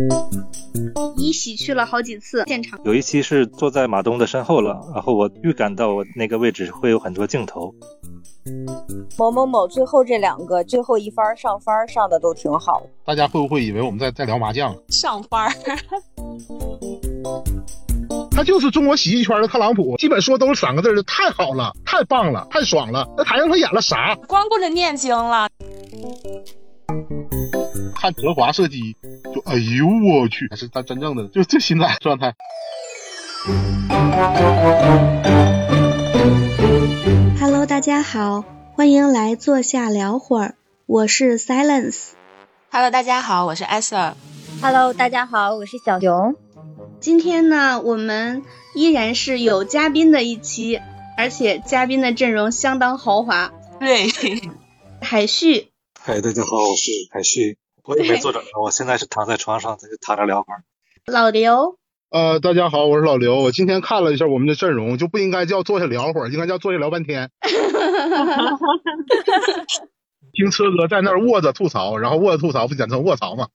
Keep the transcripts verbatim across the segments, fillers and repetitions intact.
一喜去了好几次现场， 有一期是坐在马东的身后了，然后我预感到我那个位置会有很多镜头。 某某某最后这两个最后一番上番上的都挺好， 大家会不会以为我们在在聊麻将？ 上番他就是中国喜剧圈的特朗普，基本说都是三个字的：太好了，太棒了，太爽了。那台上他演了啥？ 光顾着念经了。 看德华射击，就哎呦我去，还是他真正的就这心态状态。 Hello， 大家好，欢迎来坐下聊会儿，我是 Silence。Hello， 大家好，我是 Esther。 Hello， 大家好，我是小熊。 今天呢，我们依然是有嘉宾的一期，而且嘉宾的阵容相当豪华。 对， 海旭。 嗨，大家好，我是海旭。我也没坐着，我现在是躺在床上，在这躺着聊会儿。 老刘。 呃，大家好，我是老刘。我今天看了一下我们的阵容，就不应该叫坐下聊会儿，应该叫坐下聊半天。听车哥在那儿卧着吐槽，然后卧着吐槽不简称卧槽吗？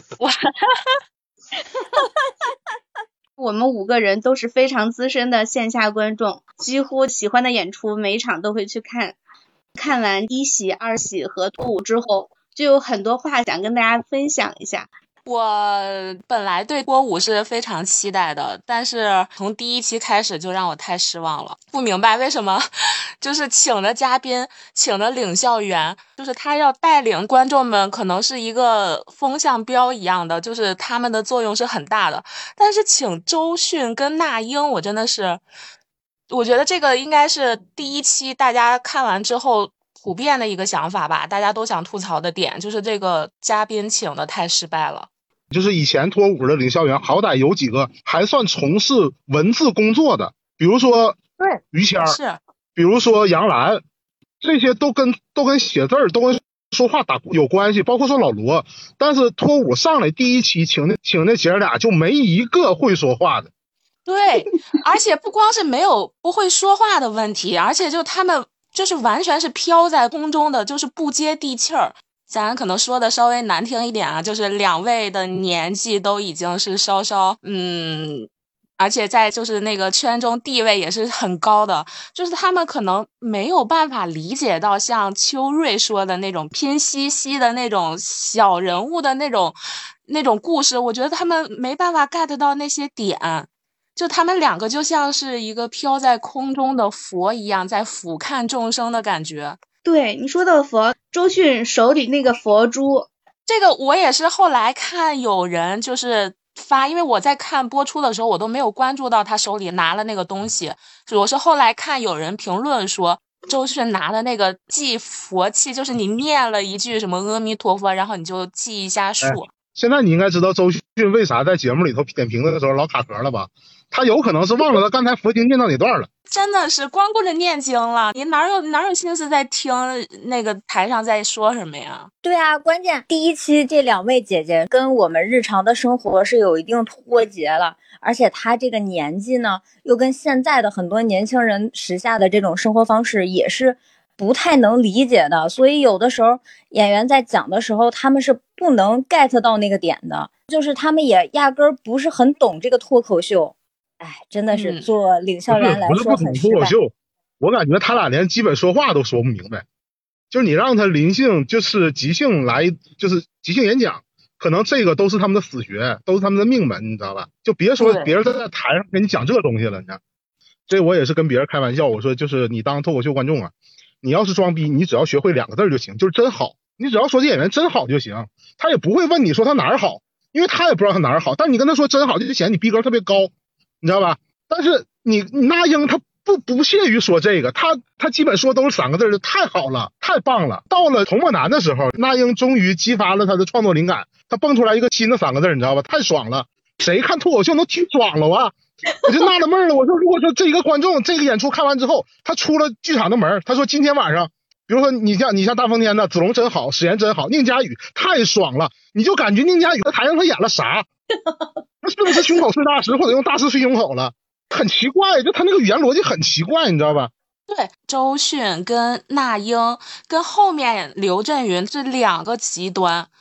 我们五个人都是非常资深的线下观众，几乎喜欢的演出每一场都会去看。看完一喜、二喜和脱舞之后，就有很多话想跟大家分享一下。 我本来对脱舞是非常期待的，但是从第一期开始就让我太失望了。不明白为什么就是请的嘉宾，请的领笑员，就是他要带领观众们，可能是一个风向标一样的，就是他们的作用是很大的。但是请周迅跟那英，我真的是我觉得这个应该是第一期大家看完之后普遍的一个想法吧，大家都想吐槽的点就是这个嘉宾请的太失败了。 就是以前脱舞的领笑员好歹有几个还算从事文字工作的，比如说对于谦， 是比如说杨澜，这些都跟都跟写字儿都跟说话打有关系，包括说老罗。但是脱舞上来第一期请那请那姐俩就没一个会说话的。 对，而且不光是没有不会说话的问题，而且就他们就是完全是飘在空中的，就是不接地气儿。咱可能说的稍微难听一点啊，就是两位的年纪都已经是稍稍嗯，而且在就是那个圈中地位也是很高的，就是他们可能没有办法理解到像秋瑞说的那种拼夕夕的那种小人物的那种那种故事，我觉得他们没办法 get 到那些点。就他们两个就像是一个飘在空中的佛一样，在俯瞰众生的感觉。 对，你说到佛，周迅手里那个佛珠， 这个我也是后来看有人就是发，因为我在看播出的时候我都没有关注到他手里拿了那个东西，我是后来看有人评论说周迅拿的那个祭佛器，就是你念了一句什么阿弥陀佛，然后你就记一下数。 哎，现在你应该知道周迅为啥在节目里头点评的时候老卡壳了吧？他有可能是忘了他刚才佛经念到哪段了。 真的是光顾着念经了，你哪有哪有心思在听那个台上在说什么呀？ 对啊，关键第一期这两位姐姐跟我们日常的生活是有一定脱节了，而且她这个年纪呢，又跟现在的很多年轻人时下的这种生活方式也是不太能理解的，所以有的时候演员在讲的时候，他们是不能 get 到那个点的，就是他们也压根儿不是很懂这个脱口秀。哎，真的是做领笑员来说很失败。 不是不是不懂脱口秀，我感觉他俩连基本说话都说不明白。就是你让他临兴，就是即兴来，就是即兴演讲，可能这个都是他们的死穴，都是他们的命门，你知道吧？就别说别人在台上跟你讲这个东西了，你知道。这我也是跟别人开玩笑，我说就是你当脱口秀观众啊，你要是装逼，你只要学会两个字就行，就是真好。你只要说这演员真好就行，他也不会问你说他哪儿好，因为他也不知道他哪儿好。但你跟他说真好，就显得你逼格特别高。你知道吧？但是你那英他不不屑于说这个，他他基本说都是三个字的：太好了，太棒了。到了童漠男的时候，那英终于激发了他的创作灵感，他蹦出来一个新的三个字，你知道吧？太爽了！谁看脱口秀能听爽了啊？我就纳了闷了，我说如果说这一个观众这个演出看完之后，他出了剧场的门，他说今天晚上，比如说你像你像大风天的子龙真好，史岩真好，宁佳宇太爽了，你就感觉宁佳宇在台上他演了啥？那是不是胸口碎大石，或者用大石碎胸口了？很奇怪，就他那个语言逻辑很奇怪，你知道吧？ 对，周迅跟那英跟后面刘震云这两个极端，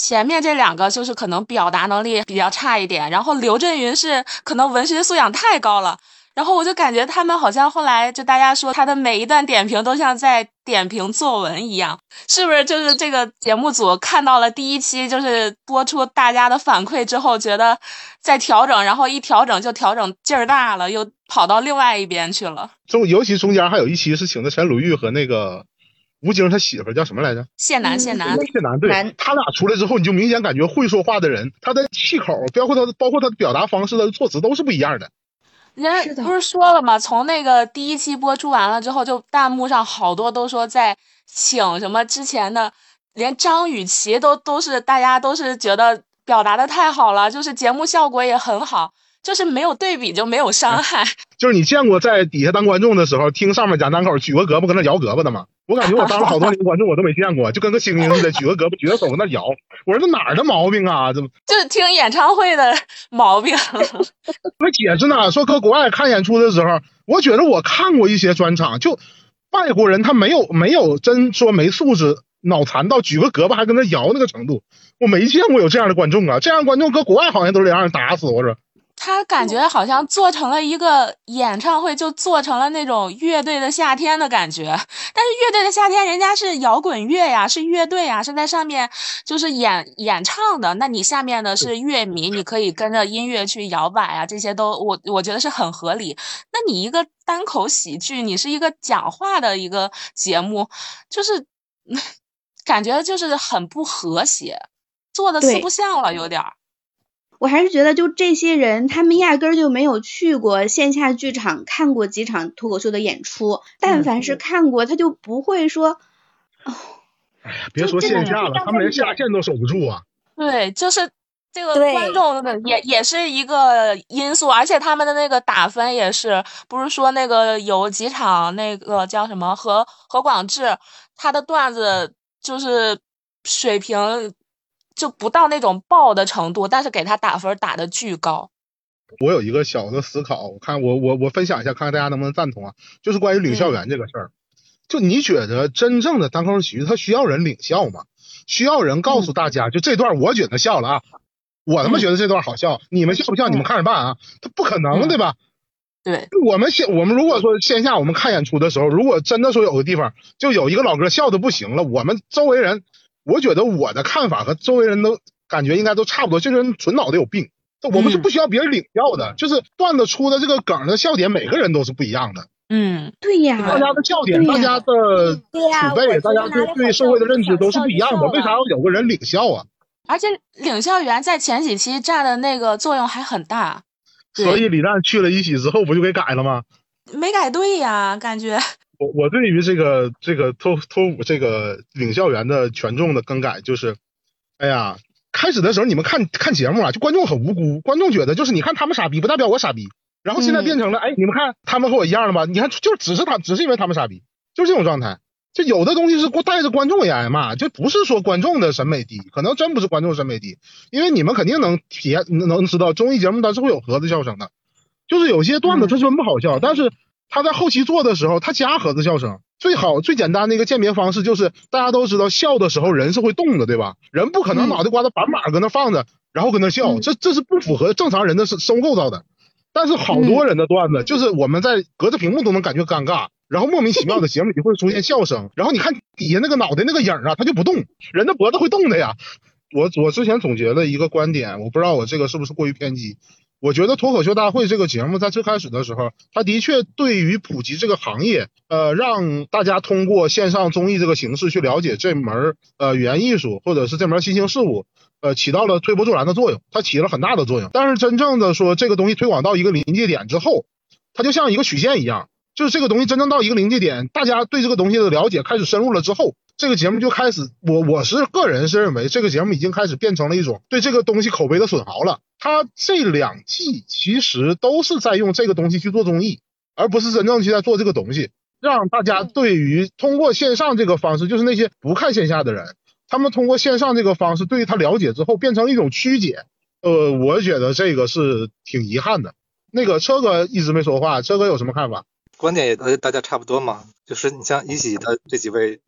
前面这两个就是可能表达能力比较差一点，然后刘震云是可能文学素养太高了，然后我就感觉他们好像后来就大家说他的每一段点评都像在点评作文一样，是不是就是这个节目组看到了第一期就是播出大家的反馈之后，觉得在调整，然后一调整就调整劲儿大了，又跑到另外一边去了。 中尤其中间还有一期是请的陈鲁豫和那个吴京他媳妇叫什么来着？ 谢楠，谢楠， 谢楠，对，他俩出来之后，你就明显感觉会说话的人，他的气口，包括他包括他的表达方式、他的措辞都是不一样的。 人家不是说了吗？从那个第一期播出完了之后，就弹幕上好多都说在请什么之前的，连张雨绮都都是大家都是觉得表达的太好了，就是节目效果也很好。就是没有对比就没有伤害。 就是你见过在底下当观众的时候，听上面讲单口举个胳膊跟那摇胳膊的吗？我感觉我当了好多年观众，我都没见过，就跟个猩猩似的，举个胳膊举个手跟那摇。我说这哪儿的毛病啊？怎么就是听演唱会的毛病？ 我解释呢，说搁国外看演出的时候，我觉得我看过一些专场，就外国人他没有没有真说没素质。脑残到举个胳膊还跟那摇那个程度，我没见过有这样的观众啊！这样的观众搁国外好像都是让人打死。我说他感觉好像做成了一个演唱会，就做成了那种乐队的夏天的感觉。但是乐队的夏天人家是摇滚乐呀，是乐队呀，是在上面就是演演唱的。那你下面的是乐迷，你可以跟着音乐去摇摆啊，这些都我我觉得是很合理。那你一个单口喜剧，你是一个讲话的一个节目，就是感觉就是很不和谐，做的四不像了有点儿。 我还是觉得就这些人他们压根儿就没有去过线下剧场看过几场脱口秀的演出，但凡是看过他就不会说哦， 哎呀别说线下了，他们连下线都守不住啊。 对，就是这个观众的也也是一个因素，而且他们的那个打分也是，不是说那个有几场那个叫什么何何广智他的段子就是水平就不到那种爆的程度，但是给他打分打的巨高。 我有一个小的思考，我看我我我分享一下，看看大家能不能赞同啊。就是关于领校园这个事儿、嗯，就你觉得真正的单口喜剧，它需要人领笑吗？需要人告诉大家，嗯、就这段我觉得笑了啊，我他妈觉得这段好笑，嗯、你们笑不笑？你们看着办啊，它不可能、嗯、对吧？ 对， 我们线我们如果说线下我们看演出的时候，如果真的说有个地方就有一个老哥笑的不行了，我们周围人。我觉得我的看法和周围人都感觉应该都差不多，这人纯脑袋有病。我们是不需要别人领笑的、嗯，就是段子出的这个梗的笑点，每个人都是不一样的。 嗯， 对呀， 大家的笑点，大家的储备，大家对对社会的认知都是不一样的。为啥要有个人领笑啊？ 而且领笑员在前几期占的那个作用还很大。 所以李诞去了一喜之后，不就给改了吗？ 没改对呀，感觉。 我我对于这个这个脱脱舞这个领校园的权重的更改，就是，哎呀，开始的时候你们看看节目啊，就观众很无辜，观众觉得就是你看他们傻逼，不代表我傻逼，然后现在变成了，哎、嗯，你们看他们和我一样了吧？你看就只是他，只是因为他们傻逼，就是这种状态。就有的东西是带着观众也挨骂，就不是说观众的审美低，可能真不是观众审美低，因为你们肯定能体验能知道综艺节目它是会有盒子笑声的，就是有些段子它真不好笑，嗯、但是。他在后期做的时候，他加盒子笑声，最好最简单的一个鉴别方式就是大家都知道笑的时候人是会动的，对吧？人不可能脑袋瓜子板板搁那放着，然后搁那笑，这这是不符合正常人的生物构造的。但是好多人的段子就是我们在隔着屏幕都能感觉尴尬，然后莫名其妙的节目里会出现笑声，然后你看底下那个脑袋那个影啊，他就不动，人的脖子会动的呀。我我之前总结了一个观点，我不知道我这个是不是过于偏激。我觉得脱口秀大会这个节目在最开始的时候，它的确对于普及这个行业，呃，让大家通过线上综艺这个形式去了解这门呃语言艺术或者是这门新兴事物，呃，起到了推波助澜的作用，它起了很大的作用。但是真正的说这个东西推广到一个临界点之后，它就像一个曲线一样，就是这个东西真正到一个临界点，大家对这个东西的了解开始深入了之后，这个节目就开始，我我是个人是认为这个节目已经开始变成了一种对这个东西口碑的损耗了。他这两季其实都是在用这个东西去做综艺，而不是真正去在做这个东西，让大家对于通过线上这个方式，就是那些不看线下的人，他们通过线上这个方式对于他了解之后变成一种曲解。呃，我觉得这个是挺遗憾的。那个车哥一直没说话，车哥有什么看法？ 观点也和大家差不多嘛，就是你像一喜的这几位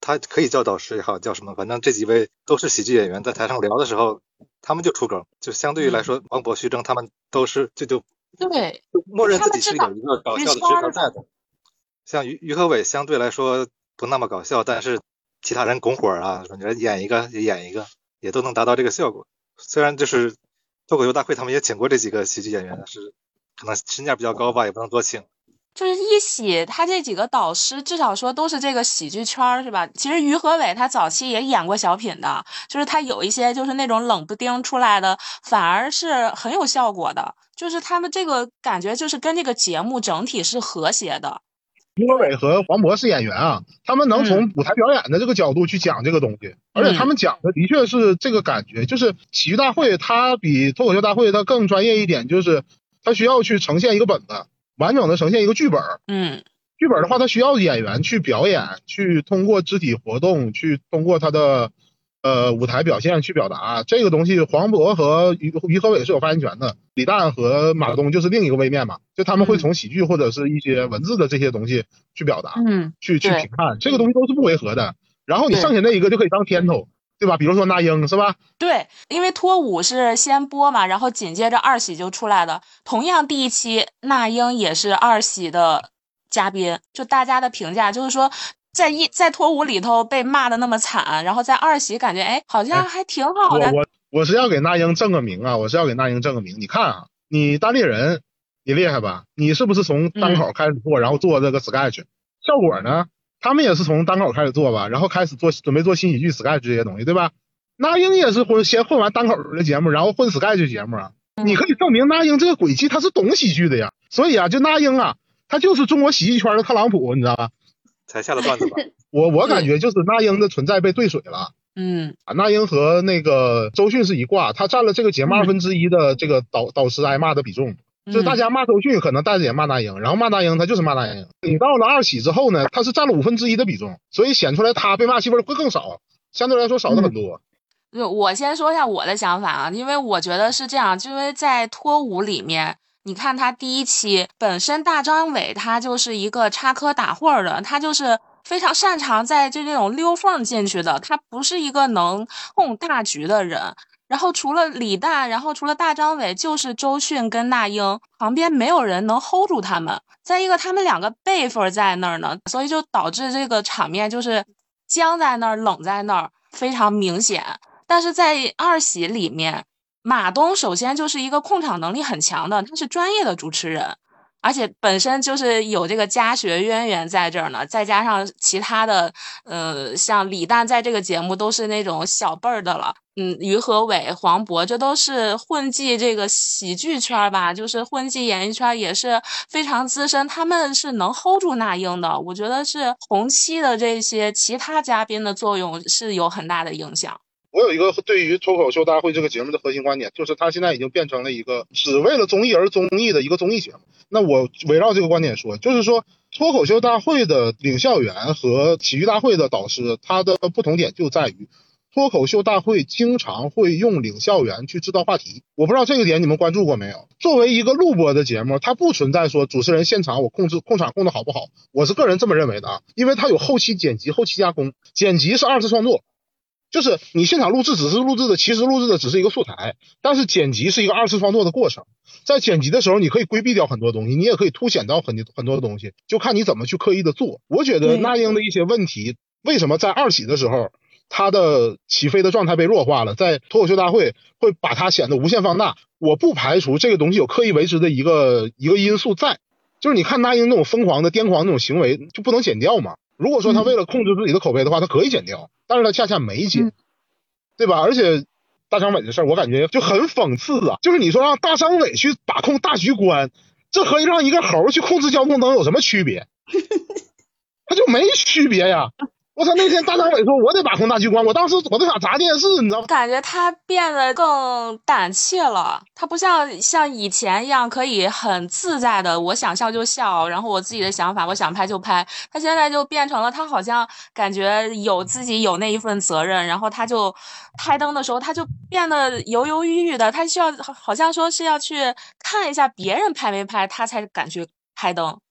他可以叫导师也好，叫什么，反正这几位都是喜剧演员，在台上聊的时候，他们就出梗，就相对于来说，王博、徐峥他们都是这就对， 就默认自己是有一个搞笑的职责在的。像于于和伟相对来说不那么搞笑，但是其他人拱火啊，你说演一个也演一个，也都能达到这个效果。虽然就是脱口秀大会他们也请过这几个喜剧演员，但是可能身价比较高吧，也不能多请。 就是一喜他这几个导师至少说都是这个喜剧圈是吧？其实于和伟他早期也演过小品的，就是他有一些就是那种冷不丁出来的反而是很有效果的，就是他们这个感觉就是跟这个节目整体是和谐的。 于和伟和黄渤是演员啊，他们能从舞台表演的这个角度去讲这个东西，嗯、而且他们讲的的确是这个感觉，就是喜剧大会它比脱口秀大会它更专业一点，就是它需要去呈现一个本子，完整的呈现一个剧本。 嗯， 剧本的话，它需要演员去表演，去通过肢体活动，去通过他的呃舞台表现去表达这个东西。黄渤和于于和伟是有发言权的，李诞和马东就是另一个位面嘛，就他们会从喜剧或者是一些文字的这些东西去表达， 嗯， 去去评判，这个东西都是不违和的。然后你剩下那一个就可以当天头，对吧？比如说那英是吧？ 对，因为脱五是先播嘛，然后紧接着二喜就出来的。同样第一期那英也是二喜的嘉宾，就大家的评价就是说，在一在脱五里头被骂的那么惨，然后在二喜感觉哎好像还挺好的。 我我我是要给那英正个名啊，我是要给那英正个名。你看啊，你单立人你厉害吧？你是不是从单口开始做，嗯、然后做这个 sketch？ 效果呢？他们也是从单口开始做吧，然后开始做准备做新喜剧 sketch 这些东西，对吧？那英也是混先混完单口的节目，然后混 sketch 节目啊。你可以证明那英这个轨迹他是懂喜剧的呀。所以啊，就那英啊，他就是中国喜剧圈的特朗普，你知道吧？ 才下的段子吧。 我我感觉就是那英的存在被兑水了。 嗯， 啊，那英和那个周迅是一挂，他占了这个节目二分之一的这个导导师挨骂的比重。就是大家骂周迅，可能带着也骂那英，然后骂那英，他就是骂那英。你到了二喜之后呢，他是占了五分之一的比重，所以显出来他被骂戏份会更少，相对来说少的很多。 嗯，我先说一下我的想法啊，因为我觉得是这样，因为在脱五里面，你看他第一期本身大张伟他就是一个插科打诨的，他就是非常擅长在这种溜缝进去的，他不是一个能控大局的人。然后除了李诞，然后除了大张伟，就是周迅跟那英，旁边没有人能 hold 住他们。再一个，他们两个辈分在那儿呢，所以就导致这个场面就是僵在那儿，冷在那儿，非常明显。但是在二喜里面，马东首先就是一个控场能力很强的，他是专业的主持人。而且本身就是有这个家学渊源在这儿呢，再加上其他的，呃，像李诞在这个节目都是那种小辈儿的了，嗯，于和伟、黄渤这都是混迹这个喜剧圈吧，就是混迹演艺圈也是非常资深，他们是能 hold 住那英的。我觉得是同期的这些其他嘉宾的作用是有很大的影响。 我有一个对于脱口秀大会这个节目的核心观点，就是它现在已经变成了一个只为了综艺而综艺的一个综艺节目。那我围绕这个观点说，就是说脱口秀大会的领笑员和喜剧大会的导师，它的不同点就在于脱口秀大会经常会用领笑员去制造话题。我不知道这个点你们关注过没有。作为一个录播的节目，它不存在说主持人现场我控制控场控的好不好，我是个人这么认为的啊，因为它有后期剪辑、后期加工，剪辑是二次创作。就是你现场录制只是录制的，其实录制的只是一个素材，但是剪辑是一个二次创作的过程。在剪辑的时候，你可以规避掉很多东西，你也可以凸显到很很多东西，就看你怎么去刻意的做。我觉得那英的一些问题，为什么在二喜的时候，他的起飞的状态被弱化了，在脱口秀大会会把它显得无限放大。我不排除这个东西有刻意为之的一个一个因素在，就是你看那英那种疯狂的癫狂那种行为就不能剪掉嘛。如果说他为了控制自己的口碑的话，他可以剪掉，但是他恰恰没剪，对吧？而且大张伟的事儿，我感觉就很讽刺啊！就是你说让大张伟去把控大局观，这和让一个猴去控制交通灯有什么区别？他就没区别呀！我操！那天大张伟说我得把控大局观，我当时我都想砸电视，你知道吗？ 感觉他变得更胆怯了，他不像像以前一样可以很自在的，我想笑就笑，然后我自己的想法我想拍就拍。他现在就变成了，他好像感觉有自己有那一份责任，然后他就拍灯的时候他就变得犹犹豫豫的，他需要好像说是要去看一下别人拍没拍，他才敢去拍灯。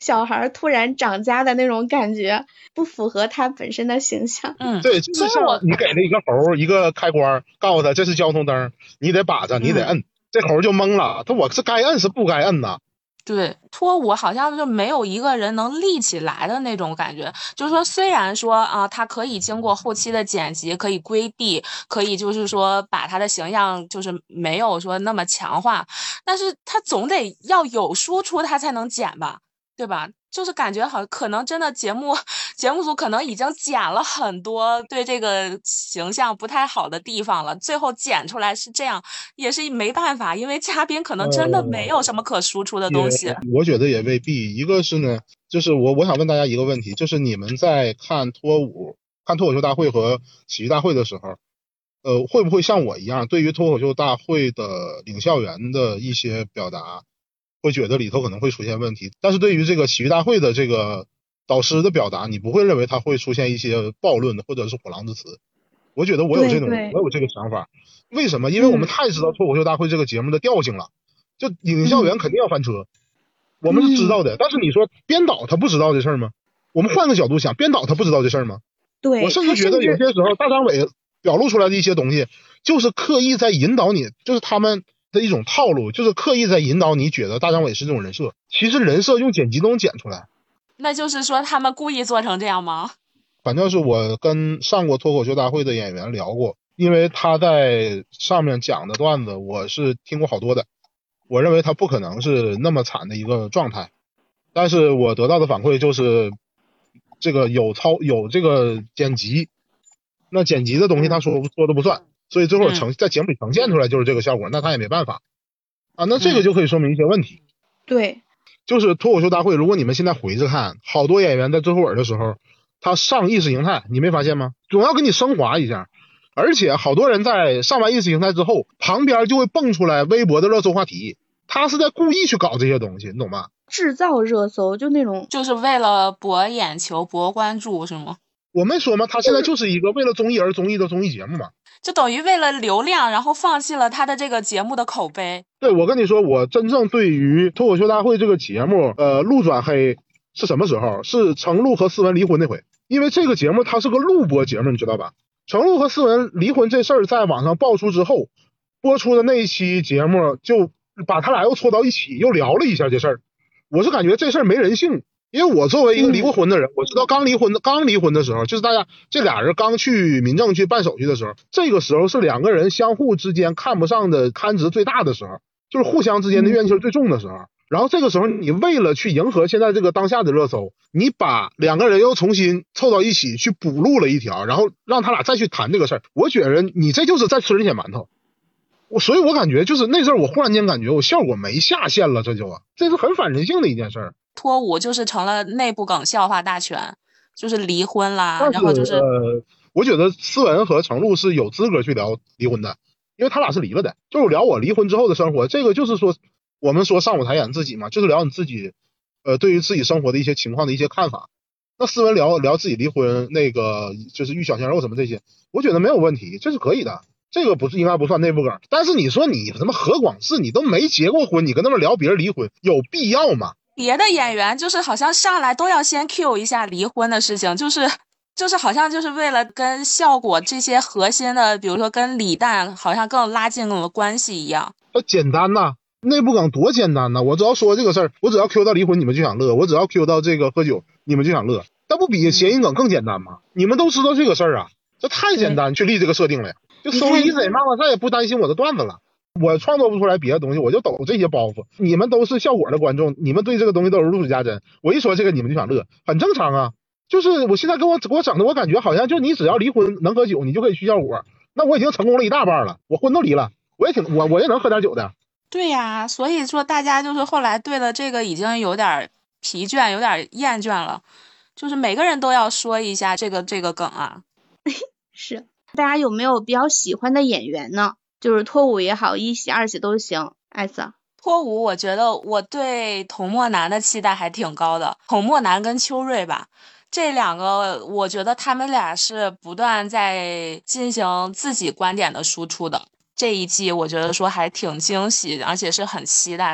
小孩突然长家的那种感觉，不符合他本身的形象。 嗯， 对，就是像你给了一个猴一个开关，告诉他这是交通灯，你得把着，你得摁，嗯、这猴就懵了，他我是该摁是不该摁呐？ 对，脱舞好像就没有一个人能立起来的那种感觉。就是说，虽然说啊，他可以经过后期的剪辑，可以规避，可以就是说把他的形象就是没有说那么强化，但是他总得要有输出，他才能剪吧，对吧？就是感觉好，可能真的节目节目组可能已经剪了很多对这个形象不太好的地方了，最后剪出来是这样，也是没办法，因为嘉宾可能真的没有什么可输出的东西。 呃、我觉得也未必。一个是呢，就是我我想问大家一个问题，就是你们在看脱舞、看脱口秀大会和喜剧大会的时候，呃，会不会像我一样，对于脱口秀大会的领笑员的一些表达，会觉得里头可能会出现问题，但是对于这个喜剧大会的这个导师的表达，你不会认为他会出现一些暴论或者是火狼之词？我觉得我有这种我有这个想法。为什么？因为我们太知道脱口秀大会这个节目的调性了，就领笑员肯定要翻车，嗯、我们是知道的。但是你说编导他不知道这事儿吗？我们换个角度想，编导他不知道这事儿吗？ 对， 我甚至觉得有些时候大张伟表露出来的一些东西，就是刻意在引导你，就是他们的一种套路，就是刻意在引导你觉得大张伟是这种人设，其实人设用剪辑都能剪出来。 那就是说他们故意做成这样吗？ 反正是我跟上过脱口秀大会的演员聊过，因为他在上面讲的段子我是听过好多的，我认为他不可能是那么惨的一个状态，但是我得到的反馈就是这个有操有这个剪辑，那剪辑的东西他说说的不算，所以最后呈在节目里呈现出来就是这个效果，那他也没办法啊，那这个就可以说明一些问题。 对， 就是脱口秀大会，如果你们现在回着看，好多演员在最后尾的时候他上意识形态，你没发现吗？总要给你升华一下，而且好多人在上完意识形态之后，旁边就会蹦出来微博的热搜话题，他是在故意去搞这些东西，你懂吗？ 制造热搜，就那种就是为了博眼球博关注是吗？ 我没说吗？他现在就是一个为了综艺而综艺的综艺节目嘛， 就等于为了流量然后放弃了他的这个节目的口碑。 对，我跟你说，我真正对于脱口秀大会这个节目呃路转黑是什么时候？是程璐和思文离婚那回。因为这个节目它是个录播节目，你知道吧？程璐和思文离婚这事儿在网上爆出之后，播出的那一期节目就把他俩又搓到一起，又聊了一下这事儿。我是感觉这事儿没人性，因为我作为一个离过婚的人，我知道刚离婚的刚离婚的时候，就是大家这俩人刚去民政去办手续的时候，这个时候是两个人相互之间看不上的刊值最大的时候，就是互相之间的怨气最重的时候。然后这个时候你为了去迎合现在这个当下的热搜，你把两个人又重新凑到一起去补录了一条，然后让他俩再去谈这个事儿，我觉得你这就是在吃人血馒头。我所以我感觉就是那阵儿我忽然间感觉我效果没下限了，这就啊，这是很反人性的一件事儿。 脱舞就是成了内部梗笑话大全，就是离婚啦，然后就是呃，我觉得思文和程璐是有资格去聊离婚的，因为他俩是离了的，就是聊我离婚之后的生活。这个就是说我们说上舞台演自己嘛，就是聊你自己呃对于自己生活的一些情况的一些看法。那思文聊聊自己离婚，那个就是遇小鲜肉什么这些，我觉得没有问题，这是可以的，这个不是应该不算内部梗。但是你说你什么何广智，你都没结过婚，你跟他们聊别人离婚，有必要吗？ 别的演员就是好像上来都要先 cue 一下离婚的事情，就是就是好像就是为了跟效果这些核心的，比如说跟李诞好像更拉近了关系一样。 呃，简单呐，内部梗多简单呐！我只要说这个事儿，我只要 Q 到离婚你们就想乐，我只要 Q 到这个喝酒你们就想乐，那不比谐音梗更简单吗？你们都知道这个事儿啊，这太简单去立这个设定了呀，就so easy，妈妈再也不担心我的段子了。我创作不出来别的东西，我就抖这些包袱。你们都是效果的观众，你们对这个东西都是如数家珍。我一说这个，你们就想乐，很正常啊。就是我现在给我给我整的，我感觉好像就你只要离婚能喝酒，你就可以去效果。那我已经成功了一大半了，我婚都离了，我也挺我我也能喝点酒的。 对呀，所以说大家就是后来对了这个已经有点疲倦，有点厌倦了，就是每个人都要说一下这个这个梗啊。 是，大家有没有比较喜欢的演员呢？就是脱舞也好，一喜二喜都行。艾瑟， 脱舞我觉得我对童漠男的期待还挺高的，童漠男跟秋瑞吧，这两个我觉得他们俩是不断在进行自己观点的输出的。这一季我觉得说还挺惊喜，而且是很期待的。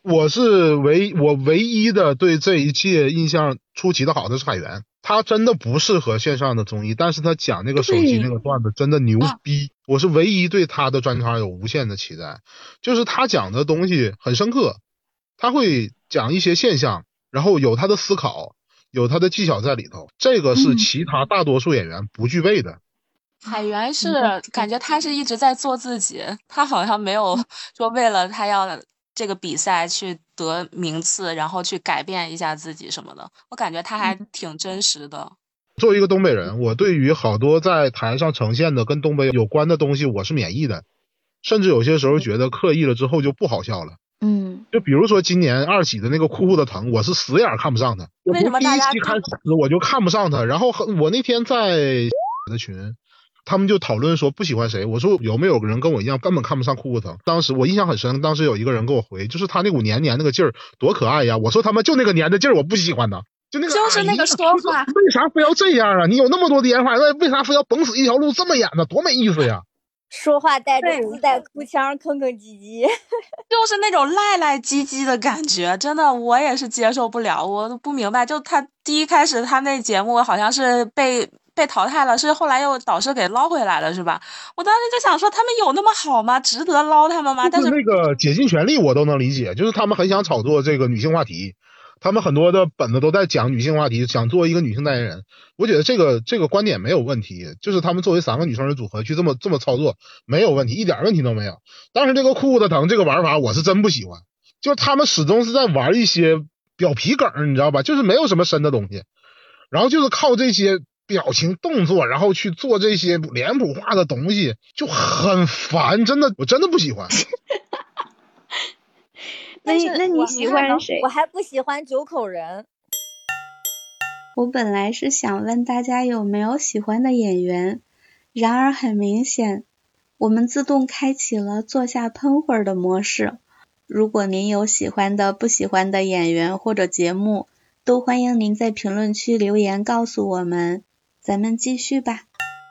我是唯我唯一的对这一届印象出奇的好的是海源，他真的不适合线上的综艺，但是他讲那个手机那个段子真的牛逼，我是唯一对他的专场有无限的期待，就是他讲的东西很深刻，他会讲一些现象，然后有他的思考，有他的技巧在里头，这个是其他大多数演员不具备的。 海源是感觉他是一直在做自己，他好像没有说为了他要这个比赛去得名次，然后去改变一下自己什么的，我感觉他还挺真实的。 作为一个东北人，我对于好多在台上呈现的跟东北有关的东西我是免疫的，甚至有些时候觉得刻意了之后就不好笑了。 嗯， 就比如说今年二喜的那个酷酷的疼，我是死眼看不上他，我从第一期开始我就看不上他，然后我那天在的群他们就讨论说不喜欢谁，我说有没有人跟我一样根本看不上酷酷疼，当时我印象很深，当时有一个人给我回，就是他那股黏黏那个劲儿多可爱呀，我说他妈就那个黏的劲儿我不喜欢呢，就那个就是那个说话为啥非要这样啊，你有那么多的演法，那为啥非要绷死一条路这么演呢，多没意思呀， 说话带着自带哭腔，吭吭唧唧， 就是那种赖赖唧唧的感觉，真的我也是接受不了，我都不明白，就他第一开始他那节目好像是被被淘汰了，是后来又导师给捞回来了是吧？我当时就想说他们有那么好吗？值得捞他们吗？但是那个竭尽全力我都能理解，就是他们很想炒作这个女性话题，他们很多的本子都在讲女性话题，想做一个女性代言人，我觉得这个这个观点没有问题，就是他们作为三个女生的组合去这么这么操作没有问题，一点问题都没有。但是这个酷酷的疼这个玩法我是真不喜欢，就是他们始终是在玩一些表皮梗，你知道吧，就是没有什么深的东西，然后就是靠这些表情动作然后去做这些脸谱化的东西，就很烦，真的我真的不喜欢。 那那你喜欢谁？ 我还不喜欢九口人。 我本来是想问大家有没有喜欢的演员，然而很明显我们自动开启了坐下喷会儿的模式。如果您有喜欢的不喜欢的演员或者节目，都欢迎您在评论区留言告诉我们。咱们继续吧。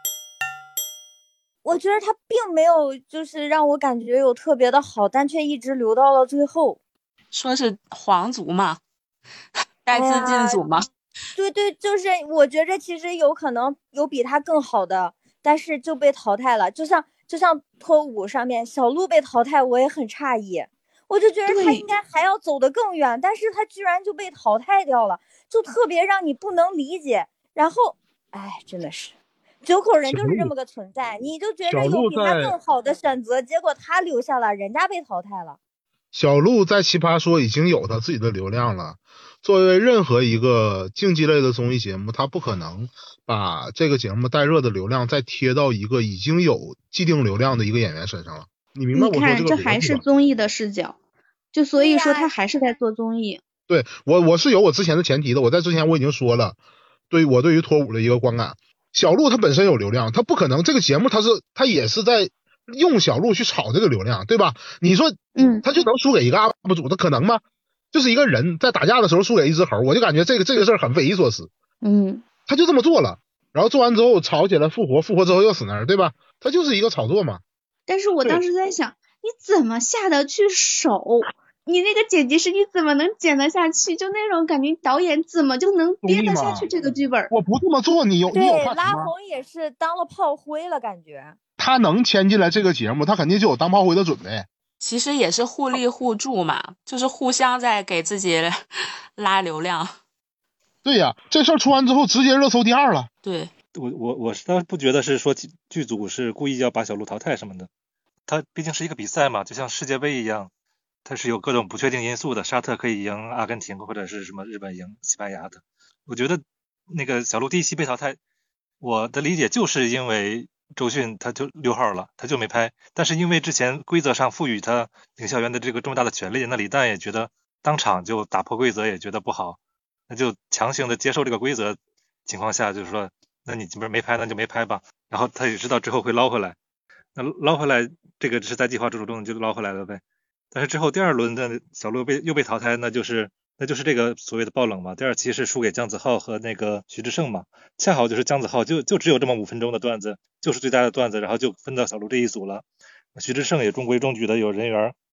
我觉得他并没有就是让我感觉有特别的好，但却一直留到了最后。 说是皇族嘛，带资进组嘛、哎、 对对，就是我觉着其实有可能有比他更好的，但是就被淘汰了。就像就像脱五上面小鹿被淘汰，我也很诧异，我就觉得他应该还要走得更远，但是他居然就被淘汰掉了，就特别让你不能理解。然后哎，真的是九口人就是这么个存在，你就觉得有比他更好的选择，结果他留下了，人家被淘汰了。 小鹿在奇葩说已经有他自己的流量了，作为任何一个竞技类的综艺节目，他不可能把这个节目带热的流量再贴到一个已经有既定流量的一个演员身上了。你明白我说这个？ 你看，这还是综艺的视角，就所以说他还是在做综艺。 对，我我是有我之前的前提的，我在之前我已经说了，对我对于脱五的一个观感，小鹿他本身有流量，他不可能这个节目他是他也是在用小鹿去炒这个流量，对吧？你说， 嗯， 他就能输给一个 U P 主，他可能吗？就是一个人在打架的时候输给一只猴，我就感觉这个这个事儿很匪夷所思。 嗯， 他就这么做了，然后做完之后吵起来，复活，复活之后又死那儿，对吧？他就是一个炒作嘛。 但是我当时在想，你怎么下得去手？你那个剪辑师你怎么能剪得下去？就那种感觉，导演怎么就能编得下去这个剧本？ 我不这么做，你有对你有怕拉红也是当了炮灰了，感觉。 他能签进来这个节目，他肯定就有当炮灰的准备。 其实也是互利互助嘛，就是互相在给自己拉流量。 对呀，这事儿出完之后直接热搜第二了。 对， 我我我是倒不觉得是说剧组是故意要把小鹿淘汰什么的，它毕竟是一个比赛嘛，就像世界杯一样，它是有各种不确定因素的，沙特可以赢阿根廷或者是什么日本赢西班牙的。我觉得那个小鹿第一期被淘汰，我的理解就是因为周迅他就六号了，他就没拍，但是因为之前规则上赋予他领校园的这个这么大的权利，那李诞也觉得当场就打破规则，也觉得不好，那就强行的接受这个规则情况下，就是说那你不是没拍那就没拍吧，然后他也知道之后会捞回来，那捞回来这个是在计划之中就捞回来了呗。但是之后第二轮的小鹿被又被淘汰，那就是那就是这个所谓的爆冷嘛。第二期是输给姜子浩和那个徐志胜嘛，恰好就是姜子浩就就只有这么五分钟的段子，就是最大的段子，然后就分到小鹿这一组了。徐志胜也中规中矩的有人缘，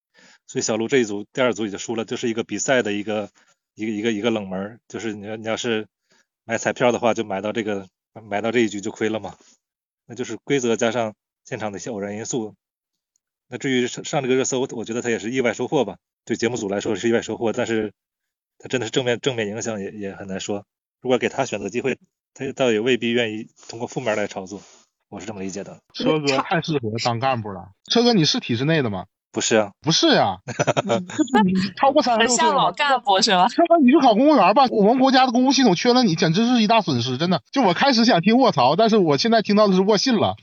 所以小鹿这一组第二组也就输了，就是一个比赛的一个一个一个一个冷门，就是你要你要是买彩票的话，就买到这个买到这一局就亏了嘛。那就是规则加上现场的一些偶然因素。那至于上这个热搜，我觉得它也是意外收获吧，对节目组来说是意外收获，但是它真的是正面正面影响也也很难说。如果给他选择机会，他倒也未必愿意通过负面来炒作，我是这么理解的。 车哥太适合当干部了。车哥，你是体制内的吗？ 不是啊， 不是呀、啊，你超过三十六岁像老干部是吗？ 车哥，你去考公务员吧，我们国家的公务系统缺了你，简直是一大损失，真的。就我开始想听卧槽，但是我现在听到的是卧信了。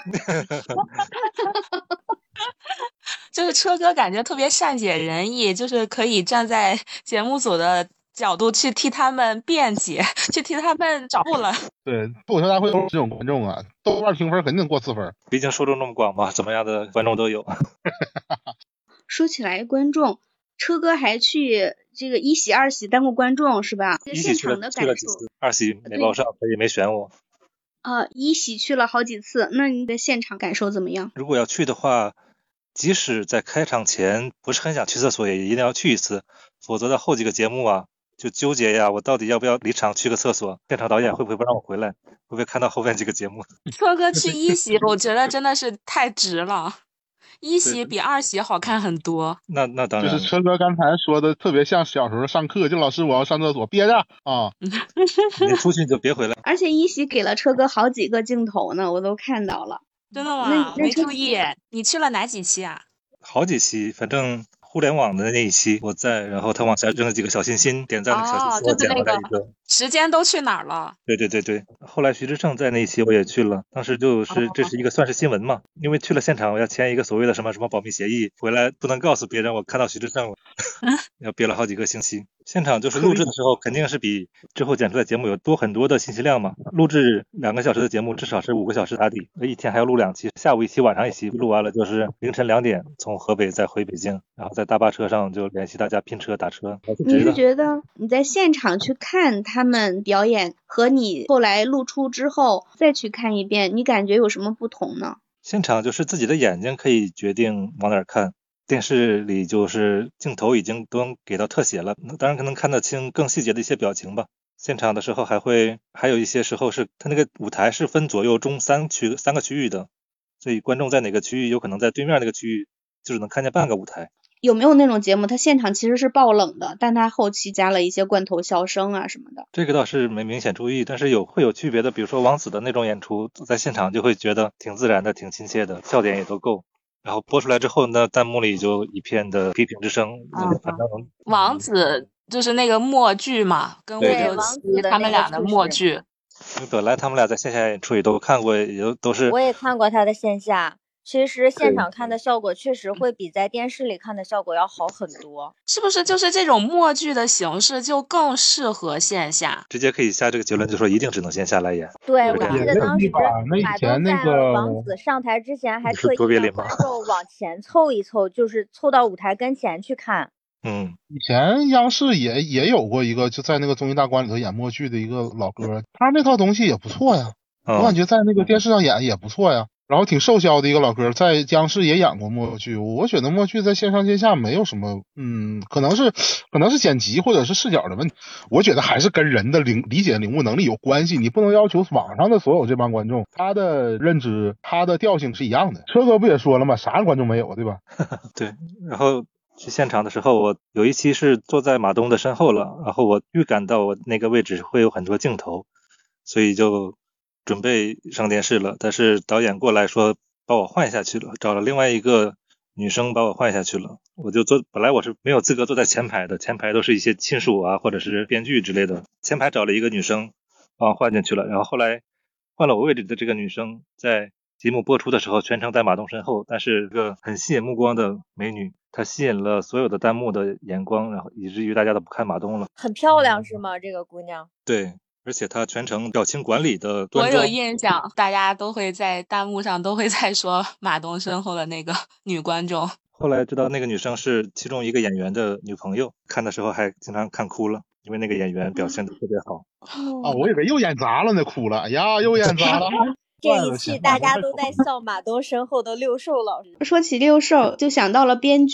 就是车哥感觉特别善解人意，就是可以站在节目组的角度去替他们辩解，去替他们找补了。 对，脱口秀大会都是这种观众啊，豆瓣评分肯定过四分， 毕竟受众那么广嘛，怎么样的观众都有。 说起来观众，车哥还去这个一喜二喜当过观众是吧？ 一喜去了去了几次，二喜没报上，所以没选我。 呃，一喜去了好几次，那你的现场感受怎么样？ 如果要去的话，即使在开场前不是很想去厕所，也一定要去一次，否则到后几个节目啊，就纠结呀，我到底要不要离场去个厕所？现场导演会不会不让我回来？会不会看到后面几个节目？ 车哥去一喜，我觉得真的是太值了。一喜比二喜好看很多。 那那当然， 就是车哥刚才说的，特别像小时候上课，就老师我要上厕所，憋着啊， 你出去你就别回来。 而且一喜给了车哥好几个镜头呢，我都看到了。 真的吗？没注意。你去了哪几期啊？ 好几期，反正互联网的那一期我在，然后他往下扔了几个小心心，点赞的小心心， 哦、 我捡回来一个。时间都去哪儿了？ 对对对对，后来徐志胜在那一期我也去了，当时就是这是一个算是新闻嘛，因为去了现场我要签一个所谓的什么什么保密协议，回来不能告诉别人我看到徐志胜了，要憋了好几个星期。现场就是录制的时候肯定是比之后剪出来节目有多很多的信息量嘛，录制两个小时的节目至少是五个小时打底，一天还要录两期，下午一期晚上一期，录完了就是凌晨两点从河北再回北京，然后在大巴车上就联系大家拼车打车。 你是觉得你在现场去看他们表演和你后来录出之后再去看一遍，你感觉有什么不同呢？ 现场就是自己的眼睛可以决定往哪儿看，电视里就是镜头已经都给到特写了，当然可能看得清更细节的一些表情吧。现场的时候还会还有一些时候是它那个舞台是分左右中三区三个区域的，所以观众在哪个区域有可能在对面那个区域就只能看见半个舞台。 有没有那种节目它现场其实是爆冷的，但它后期加了一些罐头笑声啊什么的？ 这个倒是没明显注意，但是有会有区别的，比如说王子的那种演出在现场就会觉得挺自然的挺亲切的，笑点也都够，然后播出来之后呢，弹幕里就一片的批评之声。 啊、王子就是那个默剧嘛，跟五六七他们俩的默剧。 因为本来他们俩在线下演出也都看过，也都是我也看过他的线下，其实现场看的效果确实会比在电视里看的效果要好很多。 是不是就是这种默剧的形式就更适合线下？ 直接可以下这个结论，就说一定只能线下来演。 对，我记得当时马东那个王子上台之前还特意让观众往前凑一凑，就是凑到舞台跟前去看。 嗯， 以前央视也也有过一个就在那个综艺大观里头演默剧的一个老哥，他那套东西也不错呀， 嗯、 我感觉在那个电视上演也不错呀。然后挺受销的一个老哥，在央视也演过默剧。我觉得默剧在线上线下没有什么，嗯，可能是可能是剪辑或者是视角的问题。我觉得还是跟人的领理解领悟能力有关系。你不能要求网上的所有这帮观众，他的认知、他的调性是一样的。车哥不也说了吗？啥观众没有，对吧？ 对。然后去现场的时候，我有一期是坐在马东的身后了，然后我预感到我那个位置会有很多镜头，所以就准备上电视了，但是导演过来说把我换下去了，找了另外一个女生把我换下去了。我就坐，本来我是没有资格坐在前排的，前排都是一些亲属啊或者是编剧之类的，前排找了一个女生把我换进去了。然后后来换了我位置的这个女生在节目播出的时候全程在马东身后，但是一个很吸引目光的美女，她吸引了所有的弹幕的眼光，然后以至于大家都不看马东了。 很漂亮是吗？这个姑娘？ 对，而且她全程表情管理的端庄。 我有印象，大家都会在弹幕上都会在说马东身后的那个女观众。 后来知道那个女生是其中一个演员的女朋友，看的时候还经常看哭了，因为那个演员表现得特别好。 啊，我以为又演砸了呢，哭了。哎呀，又演砸了。 这一期大家都在笑马东身后的六兽老师。 说起六兽，就想到了编剧。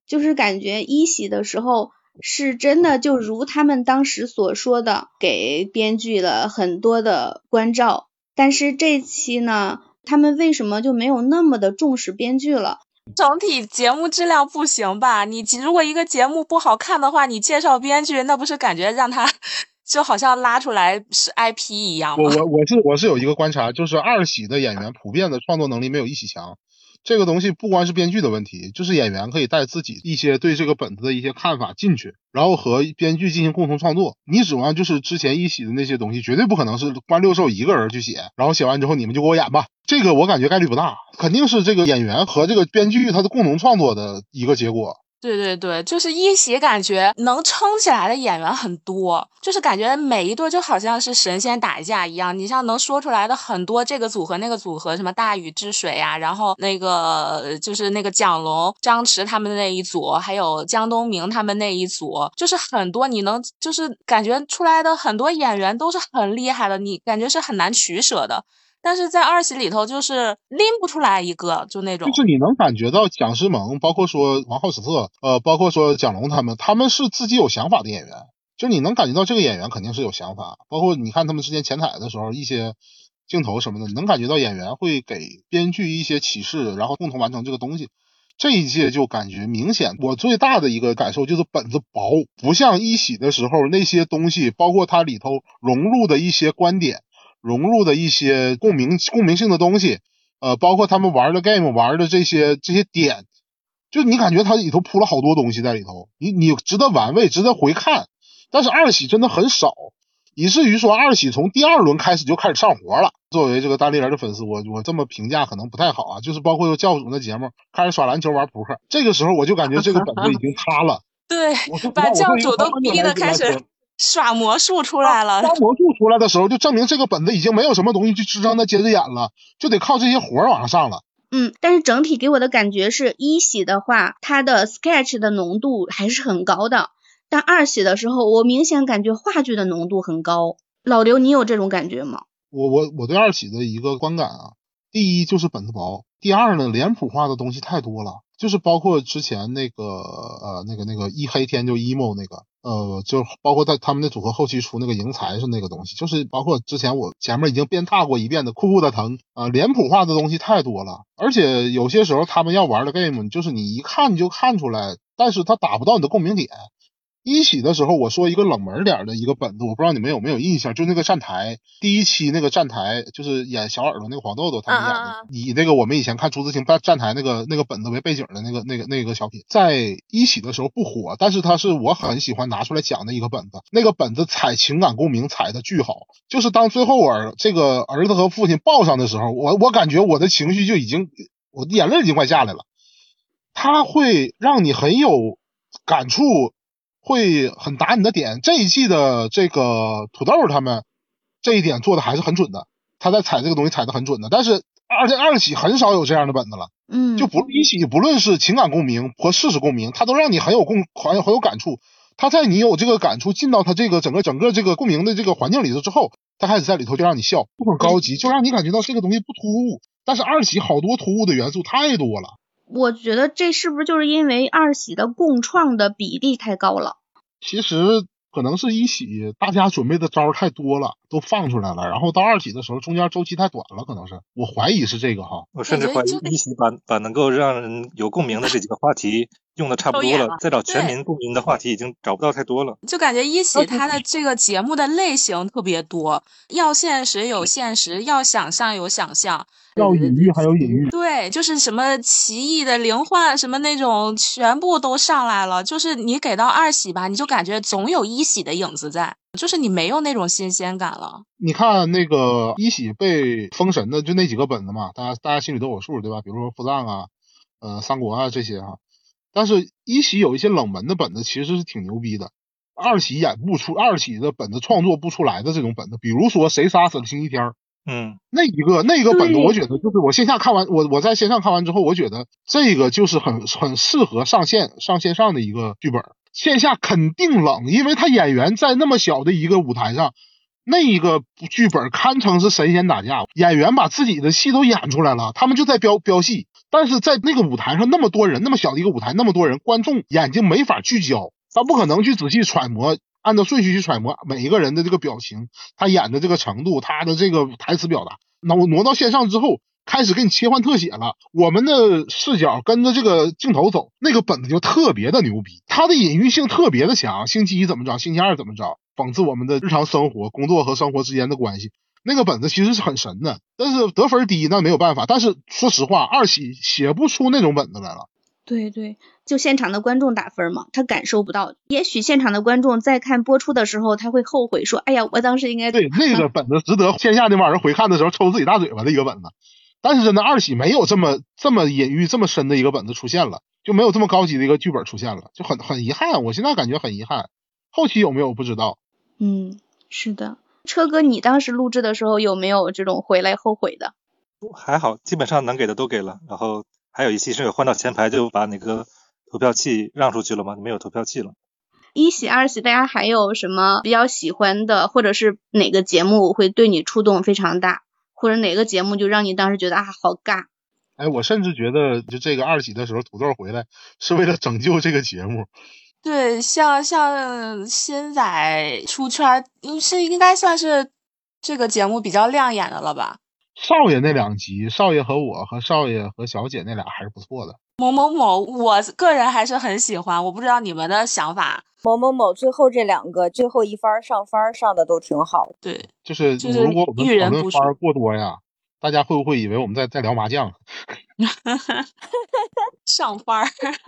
就是感觉一喜的时候是真的就如他们当时所说的，给编剧了很多的关照，但是这期呢，他们为什么就没有那么的重视编剧了？ 整体节目质量不行吧？你如果一个节目不好看的话，你介绍编剧，那不是感觉让他就好像拉出来是 I P 一样吗？ 我我我是我是有一个观察，就是二喜的演员普遍的创作能力没有一喜强。这个东西不光是编剧的问题，就是演员可以带自己一些对这个本子的一些看法进去，然后和编剧进行共同创作。你指望就是之前一喜的那些东西，绝对不可能是关六兽一个人去写，然后写完之后你们就给我演吧，这个我感觉概率不大，肯定是这个演员和这个编剧他的共同创作的一个结果。 对对对，就是一喜感觉能撑起来的演员很多，就是感觉每一对就好像是神仙打架一样。你像能说出来的很多这个组合那个组合，什么大禹治水啊，然后那个就是那个蒋龙张弛他们的那一组，还有江东明他们那一组，就是很多你能就是感觉出来的很多演员都是很厉害的，你感觉是很难取舍的。但是在二喜里头就是拎不出来一个，就那种就是你能感觉到蒋诗萌包括说王浩史特呃，包括说蒋龙他们他们是自己有想法的演员，就你能感觉到这个演员肯定是有想法，包括你看他们之前前台的时候一些镜头什么的，能感觉到演员会给编剧一些启示，然后共同完成这个东西。这一届就感觉明显，我最大的一个感受就是本子薄，不像一喜的时候那些东西，包括它里头融入的一些观点，融入的一些共鸣共鸣性的东西，呃，包括他们玩的 game 玩的这些这些点，就你感觉它里头铺了好多东西在里头，你你值得玩味，值得回看。但是二喜真的很少，以至于说二喜从第二轮开始就开始上活了。作为这个单立人的粉丝，我我这么评价可能不太好啊，就是包括教主的节目开始耍篮球玩扑克，这个时候我就感觉这个本子已经塌了。 对，把教主都逼得开始耍魔术出来了。 耍魔术出来的时候，就证明这个本子已经没有什么东西去支撑他接着演了，就得靠这些活往上上了。 嗯，但是整体给我的感觉是一喜的话，它的 sketch 的浓度还是很高的，但二喜的时候，我明显感觉话剧的浓度很高。老刘，你有这种感觉吗？ 我我我对二喜的一个观感啊，第一就是本子薄，第二呢，脸谱化的东西太多了，就是包括之前那个呃那个那个一黑天就 emo 那个呃，就包括他他们的组合后期出那个迎财是那个东西，就是包括之前我前面已经鞭挞过一遍的酷酷的疼啊、呃，脸谱化的东西太多了，而且有些时候他们要玩的 game 就是你一看就看出来，但是他打不到你的共鸣点。一喜的时候我说一个冷门点的一个本子，我不知道你们有没有印象，就那个站台第一期那个站台，就是演小耳朵那个黄豆豆他们演的，啊啊啊以那个我们以前看朱自清站台那个那个本子为背景的那个那个那个小品，在一喜的时候不火，但是它是我很喜欢拿出来讲的一个本子。那个本子踩情感共鸣踩的巨好，就是当最后儿这个儿子和父亲抱上的时候，我我感觉我的情绪就已经，我的眼泪已经快下来了。它会让你很有感触，会很打你的点。这一季的这个土豆他们这一点做的还是很准的，他在踩这个东西踩的很准的，但是而且二喜很少有这样的本子了。 嗯， 就不一喜不论是情感共鸣和事实共鸣，他都让你很有共很有很有感触。他在你有这个感触进到他这个整个整个这个共鸣的这个环境里头之后，他开始在里头就让你笑，不很高级，就让你感觉到这个东西不突兀。但是二喜好多突兀的元素太多了。 我觉得这是不是就是因为二喜的共创的比例太高了？ 其实可能是一喜大家准备的招太多了，都放出来了，然后到二喜的时候中间周期太短了，可能是我怀疑是这个哈。 我甚至怀疑一喜把把能够让人有共鸣的这几个话题用的差不多了，再找全民共鸣的话题已经找不到太多了。 就感觉一喜它的这个节目的类型特别多，要现实有现实，要想象有想象， 要隐喻还有隐喻。 对，就是什么奇异的灵幻什么那种全部都上来了。就是你给到二喜吧，你就感觉总有一喜的影子在，就是你没有那种新鲜感了。 你看那个一喜被封神的就那几个本子嘛，大家大家心里都有数，对吧？比如说父藏啊呃三国啊这些哈。但是一喜有一些冷门的本子其实是挺牛逼的，二喜演不出，二喜的本子创作不出来的这种本子，比如说谁杀死了星期天， 嗯， 那一个那一个本子，我觉得就是我线下看完，我我在线上看完之后，我觉得这个就是很很适合上线上线上的一个剧本。线下肯定冷，因为他演员在那么小的一个舞台上， 那一个剧本堪称是神仙打架，演员把自己的戏都演出来了，他们就在飙飙戏，但是在那个舞台上那么多人，那么小的一个舞台，那么多人，观众眼睛没法聚焦，他不可能去仔细揣摩，按照顺序去揣摩每一个人的这个表情，他演的这个程度，他的这个台词表达。那我挪到线上之后，开始给你切换特写了，我们的视角跟着这个镜头走，那个本子就特别的牛逼，它的隐喻性特别的强，星期一怎么着，星期二怎么着，讽刺我们的日常生活，工作和生活之间的关系。那个本子其实是很神的，但是得分低那没有办法。但是说实话，二喜写不出那种本子来了。 对对，就现场的观众打分嘛，他感受不到。也许现场的观众在看播出的时候，他会后悔说：“哎呀，我当时应该……” 对，那个本子值得线下那帮人回看的时候抽自己大嘴巴的一个本子。但是真的二喜没有这么这么隐喻这么深的一个本子出现了，就没有这么高级的一个剧本出现了，就很很遗憾。我现在感觉很遗憾，后期有没有不知道。 嗯，是的。车哥，你当时录制的时候有没有这种回来后悔的？ 还好，基本上能给的都给了。然后还有一期是有换到前排就把那个投票器让出去了嘛，没有投票器了。 一喜二喜大家还有什么比较喜欢的，或者是哪个节目会对你触动非常大，或者哪个节目就让你当时觉得啊好尬？ 哎，我甚至觉得就这个二喜的时候土豆回来是为了拯救这个节目。 对，像像新仔出圈是应该算是这个节目比较亮眼的了吧。 少爷那两集，少爷和我和少爷和小姐那俩还是不错的。 某某某我个人还是很喜欢，我不知道你们的想法。 某某某最后这两个最后一番上番上的都挺好。 对， 就是如果我们讨论番过多呀，大家会不会以为我们在在聊麻将？ 上番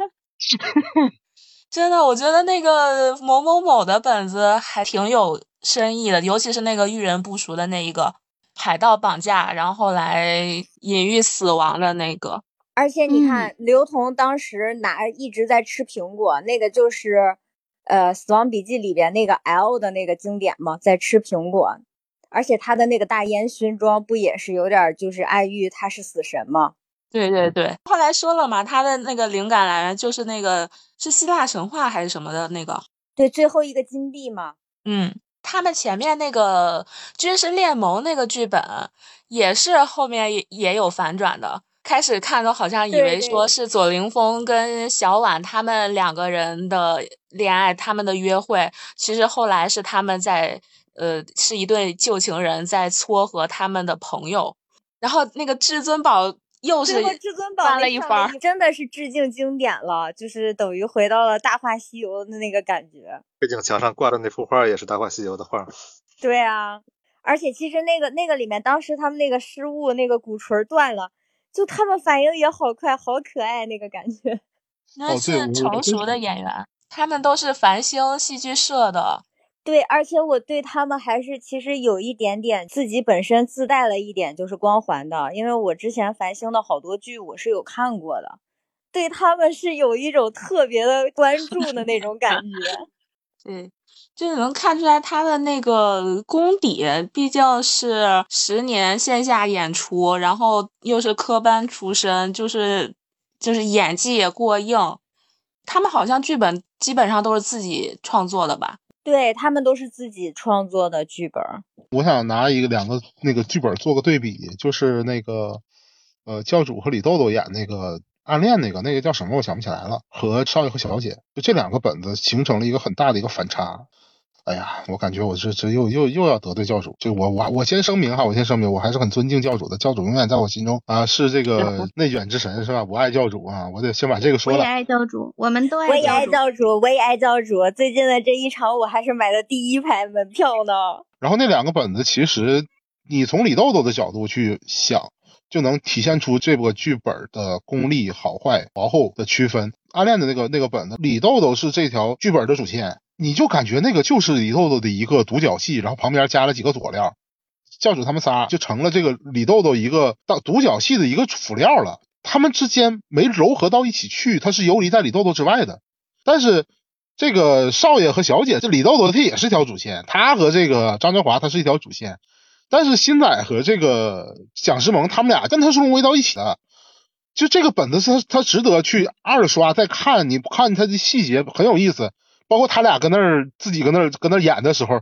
真的，我觉得那个某某某的本子还挺有深意的，尤其是那个遇人不淑的那一个海盗绑架，然后后来隐喻死亡的那个。 而且你看，嗯、刘同当时拿一直在吃苹果，那个就是呃《死亡笔记》里边那个 L 的那个经典嘛，在吃苹果。而且他的那个大烟熏妆不也是有点就是暗喻他是死神吗？ 对对对，后来说了嘛，他的那个灵感来源就是那个是希腊神话还是什么的那个。 对，最后一个金币嘛。 嗯，他们前面那个军事联盟那个剧本也是后面也也有反转的。开始看都好像以为说是左凌峰跟小婉他们两个人的恋爱，他们的约会，其实后来是他们在呃是一对旧情人在撮合他们的朋友。然后那个至尊宝又是翻了一番， 真的是致敬经典了，就是等于回到了《大话西游》的那个感觉。 背景墙上挂的那幅画也是《大话西游》的画。 对啊，而且其实那个那个里面，当时他们那个失误，那个鼓槌断了，就他们反应也好快，好可爱，那个感觉。 那是成熟的演员，他们都是繁星戏剧社的。 对，而且我对他们还是其实有一点点自己本身自带了一点就是光环的，因为我之前繁星的好多剧我是有看过的，对他们是有一种特别的关注的那种感觉。 对，就能看出来他的那个功底，毕竟是十年线下演出，然后又是科班出身，就是就是演技也过硬。他们好像剧本基本上都是自己创作的吧？ 对，他们都是自己创作的剧本。 我想拿一个两个那个剧本做个对比，就是那个呃教主和李豆豆演那个暗恋那个那个叫什么我想不起来了，和少爷和小姐，就这两个本子形成了一个很大的一个反差。哎呀，我感觉我这这又又又要得罪教主，就我我我先声明哈，我先声明，我还是很尊敬教主的，教主永远在我心中啊是这个内卷之神是吧？我爱教主啊，我得先把这个说了。 我也爱教主，我们都爱教主。 我也爱教主，我也爱教主。最近的这一场我还是买的第一排门票呢。 然后那两个本子其实你从李豆豆的角度去想，就能体现出这个剧本的功力好坏薄厚的区分。暗恋的那个那个本子，李豆豆是这条剧本的主线。你就感觉那个就是李豆豆的一个独角戏，然后旁边加了几个佐料，教主他们仨就成了这个李豆豆一个到独角戏的一个辅料了。他们之间没糅合到一起去，他是游离在李豆豆之外的。但是这个少爷和小姐，这李豆豆他也是一条主线，他和这个张振华他是一条主线，但是新仔和这个蒋诗萌他们俩跟他是融为到一起的。就这个本子他他值得去二刷再看，你看他的细节很有意思。包括他俩跟那儿自己跟那儿跟那儿演的时候，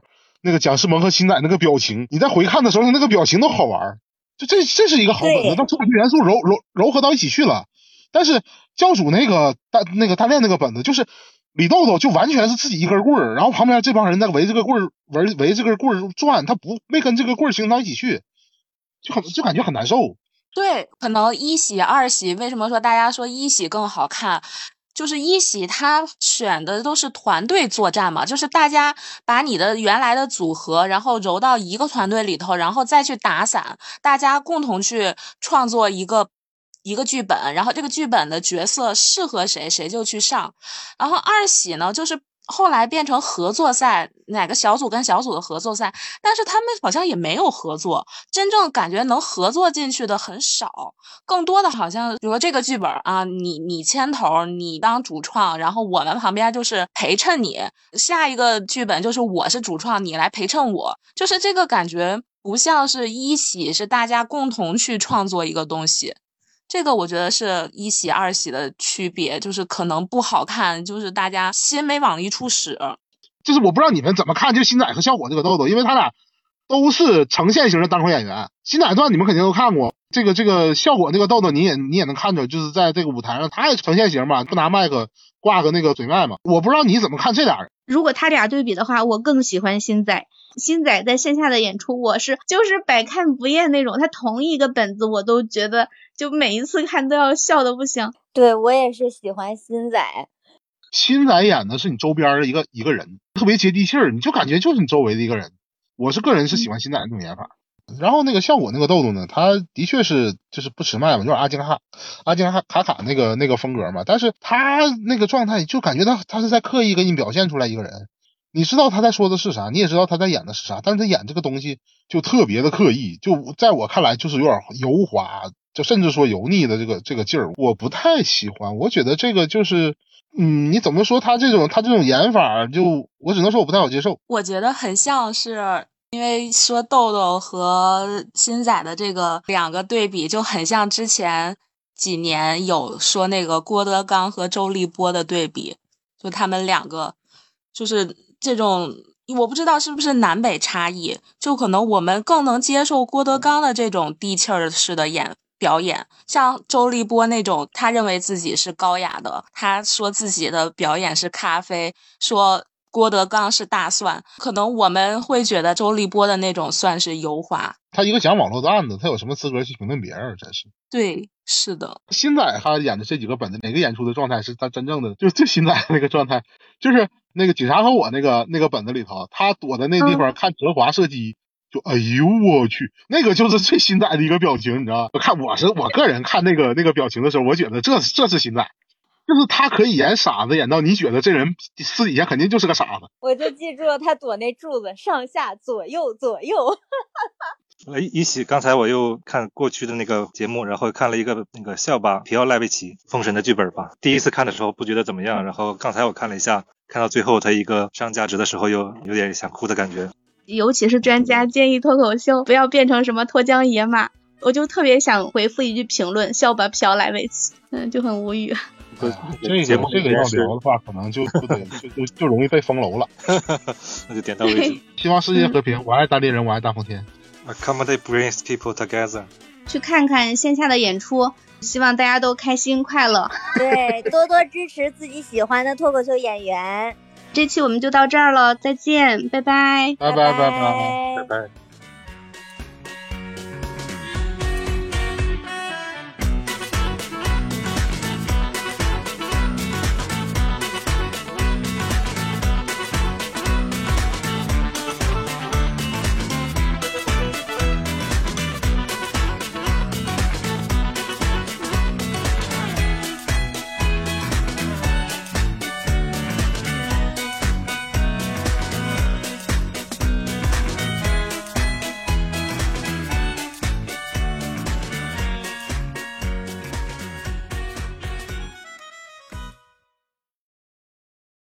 那个蒋诗萌和新仔那个表情，你在回看的时候，那个表情都好玩。就这这是一个好本子，把作品元素柔柔柔合到一起去了。但是教主那个大那个大练那个本子，就是李豆豆就完全是自己一根棍儿，然后旁边这帮人在围这个棍儿围围这根棍儿转，他不没跟这个棍儿形成到一起去，就很就感觉很难受。 对，可能一喜二喜为什么说大家说一喜更好看，就是一喜他选的都是团队作战嘛，就是大家把你的原来的组合然后揉到一个团队里头，然后再去打散，大家共同去创作一个一个剧本，然后这个剧本的角色适合谁谁就去上。然后二喜呢就是后来变成合作赛，哪个小组跟小组的合作赛，但是他们好像也没有合作，真正感觉能合作进去的很少，更多的好像比如说这个剧本啊，你你牵头，你当主创，然后我们旁边就是陪衬你，下一个剧本就是我是主创，你来陪衬我，就是这个感觉不像是一喜是大家共同去创作一个东西。这个我觉得是一喜二喜的区别，就是可能不好看，就是大家心没往一处使。 就是我不知道你们怎么看，就新仔和效果这个豆豆，因为他俩都是呈现型的单口演员。新仔段你们肯定都看过，这个这个效果那个豆豆你也你也能看着，就是在这个舞台上他也呈现型嘛，不拿麦克挂个那个嘴麦嘛。我不知道你怎么看这俩人。 如果他俩对比的话，我更喜欢新仔。新仔在线下的演出，我是就是百看不厌那种，他同一个本子我都觉得就每一次看都要笑的不行。 对，我也是喜欢新仔。 新仔演的是你周边的一个一个人，特别接地气儿，你就感觉就是你周围的一个人。我是个人是喜欢新仔那种演法。嗯、然后那个效果那个豆豆呢，他的确是就是不吃麦嘛，有点阿金卡阿金卡卡卡那个那个风格嘛，但是他那个状态就感觉他他是在刻意给你表现出来一个人。你知道他在说的是啥，你也知道他在演的是啥，但是他演这个东西就特别的刻意，就在我看来就是有点油滑，就甚至说油腻的这个这个劲儿，我不太喜欢。我觉得这个就是嗯，你怎么说他这种他这种演法，就我只能说我不太好接受。 我觉得很像是因为说豆豆和新仔的这个两个对比，就很像之前几年有说那个郭德纲和周立波的对比，就他们两个就是这种，我不知道是不是南北差异，就可能我们更能接受郭德纲的这种低气儿式的演表演，像周立波那种他认为自己是高雅的，他说自己的表演是咖啡，说郭德纲是大蒜，可能我们会觉得周立波的那种算是油滑。 他一个讲网络的案子，他有什么资格去评论别人？真是。 对，是的。 新仔他演的这几个本子，哪个演出的状态是他真正的，就就新仔那个状态，就是那个警察和我那个那个本子里头，他躲在那地方看折滑射击，就哎呦我去，那个就是最新仔的一个表情，你知道吗？我看我是我个人看那个那个表情的时候，我觉得这这是新仔。就是他可以演傻子，演到你觉得这人私底下肯定就是个傻子。 我就记住了他躲那柱子上下左右左右。 呃，一起刚才我又看过去的那个节目，然后看了一个那个校巴皮奥赖维奇封神的剧本吧。第一次看的时候不觉得怎么样，然后刚才我看了一下，看到最后他一个上价值的时候，又有点想哭的感觉。 尤其是专家建议脱口秀不要变成什么脱缰野马，我就特别想回复一句评论：校巴皮奥赖维奇，嗯，就很无语。 哎、这个这个要聊的话，可能就就得就就就容易被封楼了。 那就点到为止。 希望世界和平，我爱单立人，我爱大风天。 Accommodate brings people together。 去看看线下的演出，希望大家都开心快乐。 对，多多支持自己喜欢的脱口秀演员。 这期我们就到这儿了，再见，拜拜， 拜拜拜拜拜拜。